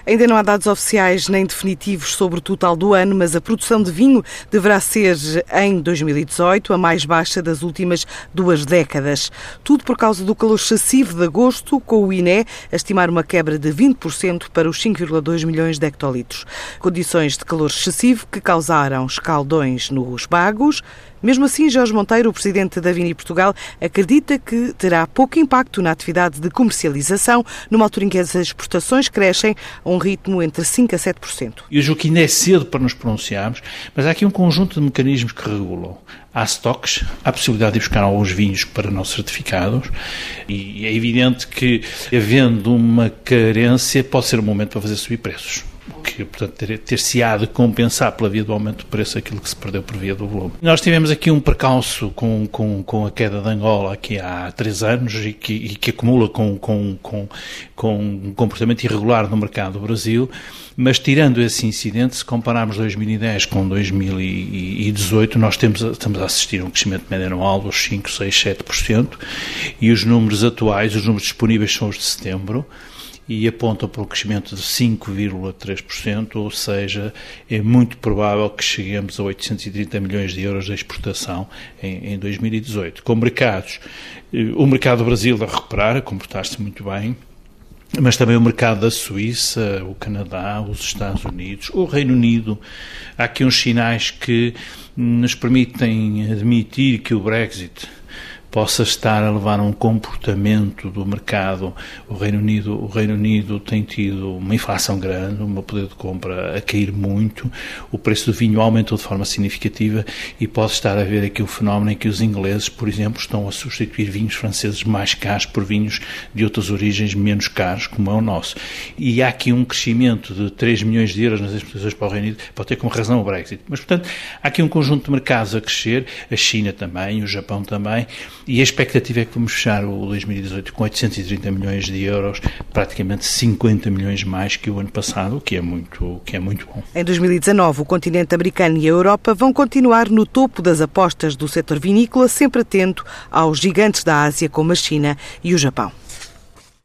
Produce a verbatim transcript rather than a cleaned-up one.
Ainda não há dados oficiais nem definitivos sobre o total do ano, mas a produção de vinho deverá ser, em dois mil e dezoito, a mais baixa das últimas duas décadas. Tudo por causa do calor excessivo de agosto, com o I N E a estimar uma quebra de vinte por cento para os cinco vírgula dois milhões de hectolitros. Condições de calor excessivo que causaram escaldões nos bagos. Mesmo assim, Jorge Monteiro, o presidente da Vini Portugal, acredita que terá pouco impacto na atividade de comercialização, numa altura em que as exportações crescem a um ritmo entre cinco a sete por cento. Eu julgo que ainda é cedo para nos pronunciarmos, mas há aqui um conjunto de mecanismos que regulam. Há estoques, há a possibilidade de buscar alguns vinhos para não certificados e é evidente que, havendo uma carência, pode ser um momento para fazer subir preços. Que, portanto, ter, ter-se-á de compensar pela via do aumento do preço aquilo que se perdeu por via do volume. Nós tivemos aqui um percalço com, com, com a queda de Angola aqui há três anos e que, e que acumula com, com, com, com um comportamento irregular no mercado do Brasil, mas tirando esse incidente, se compararmos dois mil e dez com dois mil e dezoito, nós temos, estamos a assistir a um crescimento médio anual dos cinco, seis, sete por cento e os números atuais, os números disponíveis são os de setembro, e apontam para um crescimento de cinco vírgula três por cento, ou seja, é muito provável que cheguemos a oitocentos e trinta milhões de euros de exportação em, em dois mil e dezoito. Com mercados, o mercado do Brasil a recuperar, a comportar-se muito bem, mas também o mercado da Suíça, o Canadá, os Estados Unidos, o Reino Unido. Há aqui uns sinais que nos permitem admitir que o Brexit possa estar a levar a um comportamento do mercado. O Reino Unido, o Reino Unido tem tido uma inflação grande, um poder de compra a cair muito, o preço do vinho aumentou de forma significativa e pode estar a haver aqui o fenómeno em que os ingleses, por exemplo, estão a substituir vinhos franceses mais caros por vinhos de outras origens menos caros, como é o nosso. E há aqui um crescimento de três milhões de euros nas exportações para o Reino Unido, pode ter como razão o Brexit. Mas, portanto, há aqui um conjunto de mercados a crescer, a China também, o Japão também, e a expectativa é que vamos fechar o dois mil e dezoito com oitocentos e trinta milhões de euros, praticamente cinquenta milhões mais que o ano passado, o que é muito, o que é muito bom. Em dois mil e dezanove, o continente americano e a Europa vão continuar no topo das apostas do setor vinícola, sempre atento aos gigantes da Ásia como a China e o Japão.